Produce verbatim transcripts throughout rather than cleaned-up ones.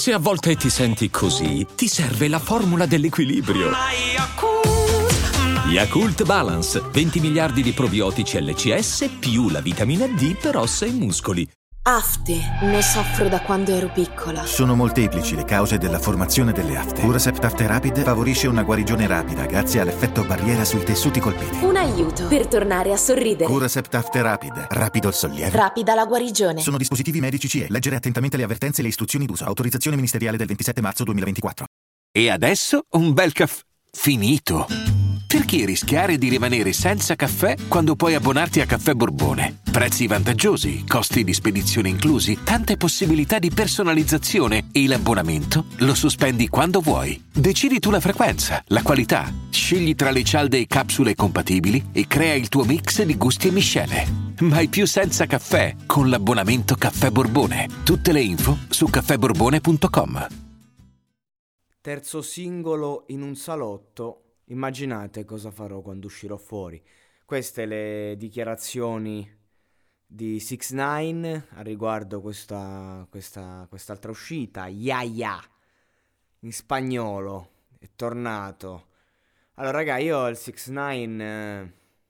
Se a volte ti senti così, ti serve la formula dell'equilibrio. Yakult Balance, venti miliardi di probiotici L C S più la vitamina D per ossa e muscoli. Afte, ne soffro da quando ero piccola. Sono molteplici le cause della formazione delle afte. Curacept Afte Rapid favorisce una guarigione rapida grazie all'effetto barriera sui tessuti colpiti. Un aiuto per tornare a sorridere. Curacept Afte Rapid, rapido il sollievo. Rapida la guarigione. Sono dispositivi medici C E. Leggere attentamente le avvertenze e le istruzioni d'uso. Autorizzazione ministeriale del ventisette marzo duemilaventiquattro. E adesso un bel caffè finito. Perché rischiare di rimanere senza caffè quando puoi abbonarti a Caffè Borbone? Prezzi vantaggiosi, costi di spedizione inclusi, tante possibilità di personalizzazione e l'abbonamento lo sospendi quando vuoi. Decidi tu la frequenza, la qualità, scegli tra le cialde e capsule compatibili e crea il tuo mix di gusti e miscele. Mai più senza caffè con l'abbonamento Caffè Borbone. Tutte le info su caffè borbone punto com. Terzo singolo in un salotto. Immaginate cosa farò quando uscirò fuori. Queste le dichiarazioni di six nine a riguardo questa, questa, quest'altra uscita. Ya ya, in spagnolo, è tornato. Allora raga, io il six nine eh,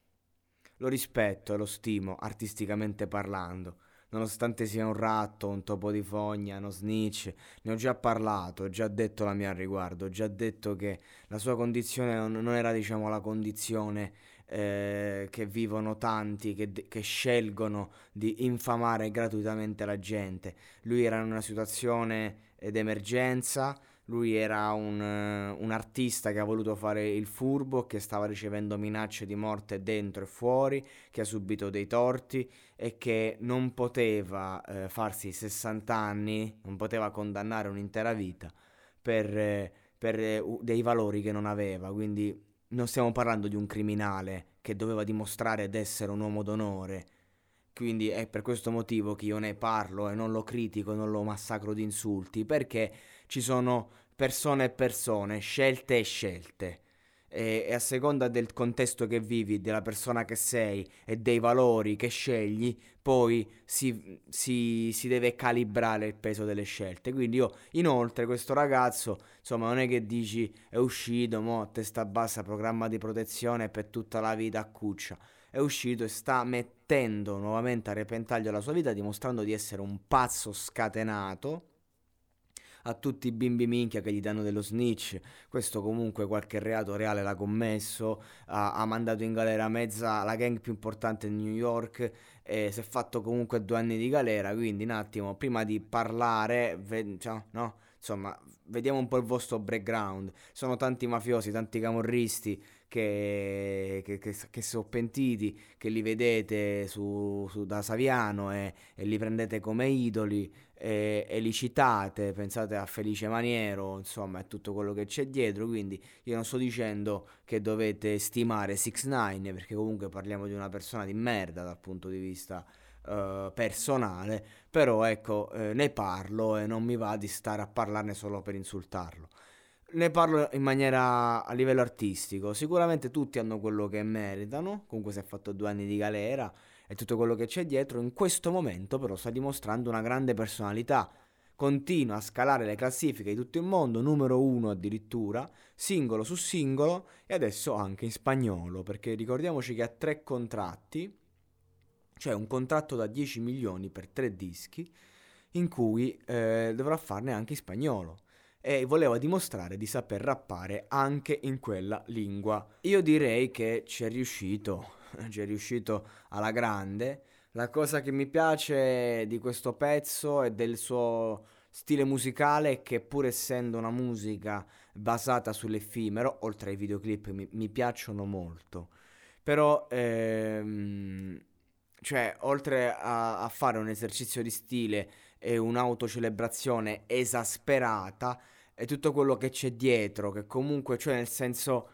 lo rispetto e lo stimo artisticamente parlando. Nonostante sia un ratto, un topo di fogna, uno snitch, ne ho già parlato, ho già detto la mia al riguardo, ho già detto che la sua condizione non, non era, diciamo, la condizione eh, che vivono tanti, che, che scelgono di infamare gratuitamente la gente. Lui era in una situazione d'emergenza, lui era un, uh, un artista che ha voluto fare il furbo, che stava ricevendo minacce di morte dentro e fuori, che ha subito dei torti e che non poteva uh, farsi sessanta anni, non poteva condannare un'intera vita per, uh, per uh, dei valori che non aveva. Quindi non stiamo parlando di un criminale che doveva dimostrare di essere un uomo d'onore. Quindi è per questo motivo che io ne parlo e non lo critico, non lo massacro di insulti, perché ci sono persone e persone, scelte e scelte, e, e a seconda del contesto che vivi, della persona che sei e dei valori che scegli, poi si, si, si deve calibrare il peso delle scelte. Quindi io, inoltre, questo ragazzo, insomma, non è che dici è uscito, mo testa bassa, programma di protezione per tutta la vita a cuccia. È uscito e sta mettendo nuovamente a repentaglio la sua vita, dimostrando di essere un pazzo scatenato. A tutti i bimbi minchia che gli danno dello snitch, questo comunque qualche reato reale l'ha commesso, ha, ha mandato in galera mezza la gang più importante di New York e si è fatto comunque due anni di galera. Quindi un attimo, prima di parlare, ve, cioè, no? Insomma, vediamo un po' il vostro background. Sono tanti mafiosi, tanti camorristi che, che, che, che sono pentiti, che li vedete su, su da Saviano e, e li prendete come idoli e, e li citate, pensate a Felice Maniero, insomma, è tutto quello che c'è dietro. Quindi io non sto dicendo che dovete stimare six nine, perché comunque parliamo di una persona di merda dal punto di vista Uh, personale, però ecco, eh, ne parlo e non mi va di stare a parlarne solo per insultarlo. Ne parlo in maniera a livello artistico. Sicuramente tutti hanno quello che meritano, comunque si è fatto due anni di galera e tutto quello che c'è dietro. In questo momento però sta dimostrando una grande personalità, continua a scalare le classifiche di tutto il mondo, numero uno addirittura, singolo su singolo, e adesso anche in spagnolo, perché ricordiamoci che ha tre contratti. Cioè un contratto da dieci milioni per tre dischi, in cui eh, dovrà farne anche in spagnolo, e voleva dimostrare di saper rappare anche in quella lingua. Io direi che ci è riuscito, ci è riuscito alla grande. La cosa che mi piace di questo pezzo e del suo stile musicale è che, pur essendo una musica basata sull'effimero, oltre ai videoclip mi, mi piacciono molto, però ehm, cioè, oltre a, a fare un esercizio di stile e un'autocelebrazione esasperata, è tutto quello che c'è dietro, che comunque, cioè nel senso,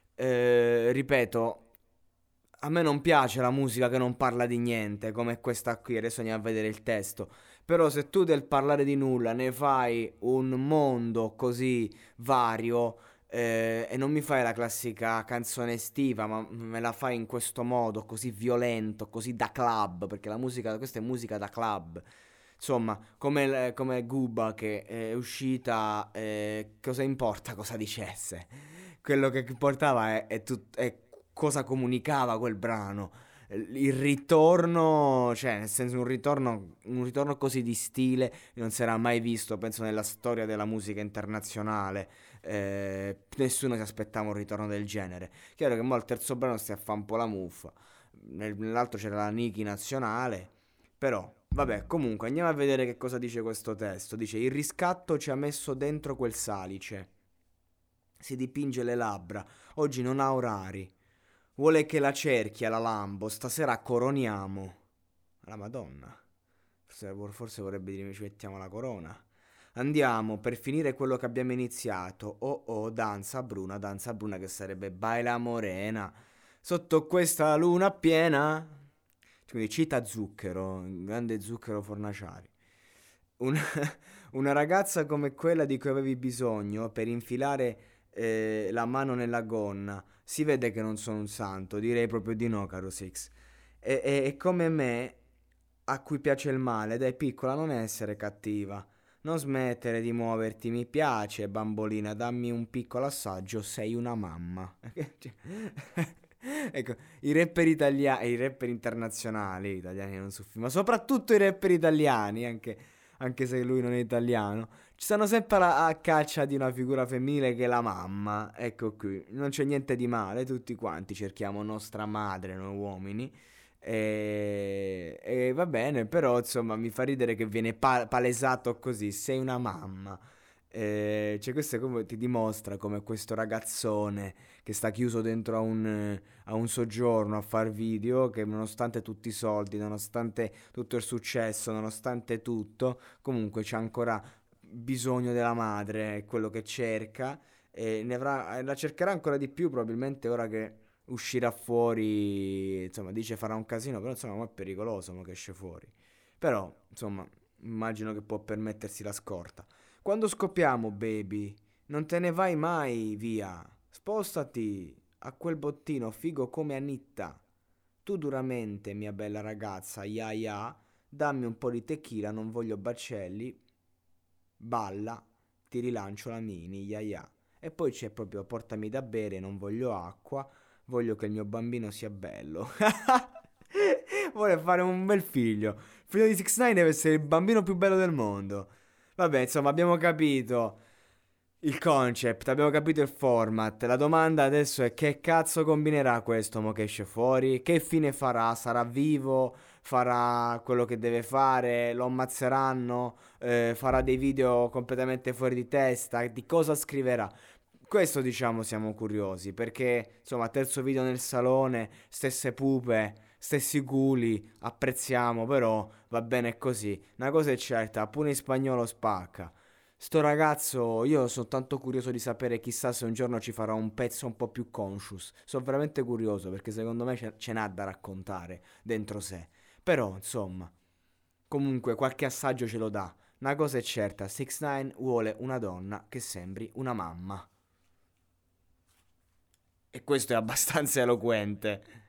eh, ripeto, a me non piace la musica che non parla di niente, come questa qui, adesso andiamo a vedere il testo. Però se tu del parlare di nulla ne fai un mondo così vario, Eh, e non mi fai la classica canzone estiva, ma me la fai in questo modo così violento, così da club, perché la musica, questa è musica da club, Insomma, come, come Guba che è uscita, eh, cosa importa cosa dicesse? Quello che importava è, è, tut- è cosa comunicava quel brano. Il ritorno, cioè nel senso un ritorno, un ritorno così di stile non si era mai visto, penso, nella storia della musica internazionale. Eh, nessuno si aspettava un ritorno del genere. Chiaro che mo al terzo brano si fa un po' la muffa, Nel- nell'altro c'era la Niki nazionale, però vabbè, comunque andiamo a vedere che cosa dice questo testo. Dice: il riscatto ci ha messo dentro quel salice, si dipinge le labbra, oggi non ha orari. Vuole che la cerchia, la Lambo, stasera coroniamo. La Madonna. Forse, forse vorrebbe dire ci mettiamo la corona. Andiamo per finire quello che abbiamo iniziato. Oh oh, danza bruna, danza bruna, che sarebbe Baila Morena. Sotto questa luna piena. Quindi cita Zucchero, grande Zucchero Fornaciari. Una, una ragazza come quella di cui avevi bisogno per infilare eh, la mano nella gonna. Si vede che non sono un santo, direi proprio di no, caro Six. E, e, e come me, a cui piace il male, dai piccola, non essere cattiva. Non smettere di muoverti, mi piace, bambolina, dammi un piccolo assaggio, sei una mamma. Ecco, i rapper italiani, i rapper internazionali, italiani non su ma soprattutto i rapper italiani, anche, anche se lui non è italiano, ci stanno sempre a, a caccia di una figura femminile che è la mamma. Ecco qui, non c'è niente di male, tutti quanti cerchiamo nostra madre, noi uomini. E, e va bene, però insomma mi fa ridere che viene pa- palesato così, sei una mamma. Eh, cioè questo è come ti dimostra come questo ragazzone che sta chiuso dentro a un, a un soggiorno a far video, che nonostante tutti i soldi, nonostante tutto il successo, nonostante tutto, comunque c'ha ancora bisogno della madre, è quello che cerca, e ne avrà, la cercherà ancora di più probabilmente ora che uscirà fuori. Insomma, dice farà un casino, però insomma è pericoloso mo che esce fuori. Però insomma immagino che può permettersi la scorta. Quando scoppiamo, baby, non te ne vai mai via. Spostati a quel bottino figo come Anitta. Tu duramente, mia bella ragazza, ya ya, dammi un po' di tequila, non voglio bacelli. Balla, ti rilancio la mini, ya ya. E poi c'è proprio portami da bere, non voglio acqua, voglio che il mio bambino sia bello. Vuole fare un bel figlio. Il figlio di six ix deve essere il bambino più bello del mondo. Vabbè, insomma, abbiamo capito il concept, abbiamo capito il format. La domanda adesso è: che cazzo combinerà questo mo che esce fuori? Che fine farà? Sarà vivo? Farà quello che deve fare? Lo ammazzeranno? Eh, farà dei video completamente fuori di testa? Di cosa scriverà? Questo, diciamo, siamo curiosi, perché insomma terzo video nel salone, stesse pupe, stessi culi, apprezziamo, però va bene così. Una cosa è certa, pure in spagnolo spacca. Sto ragazzo, io sono tanto curioso di sapere, chissà se un giorno ci farà un pezzo un po' più conscious. Sono veramente curioso perché secondo me ce, ce n'ha da raccontare dentro sé. Però, insomma, comunque qualche assaggio ce lo dà. Una cosa è certa, six ix nine vuole una donna che sembri una mamma. E questo è abbastanza eloquente.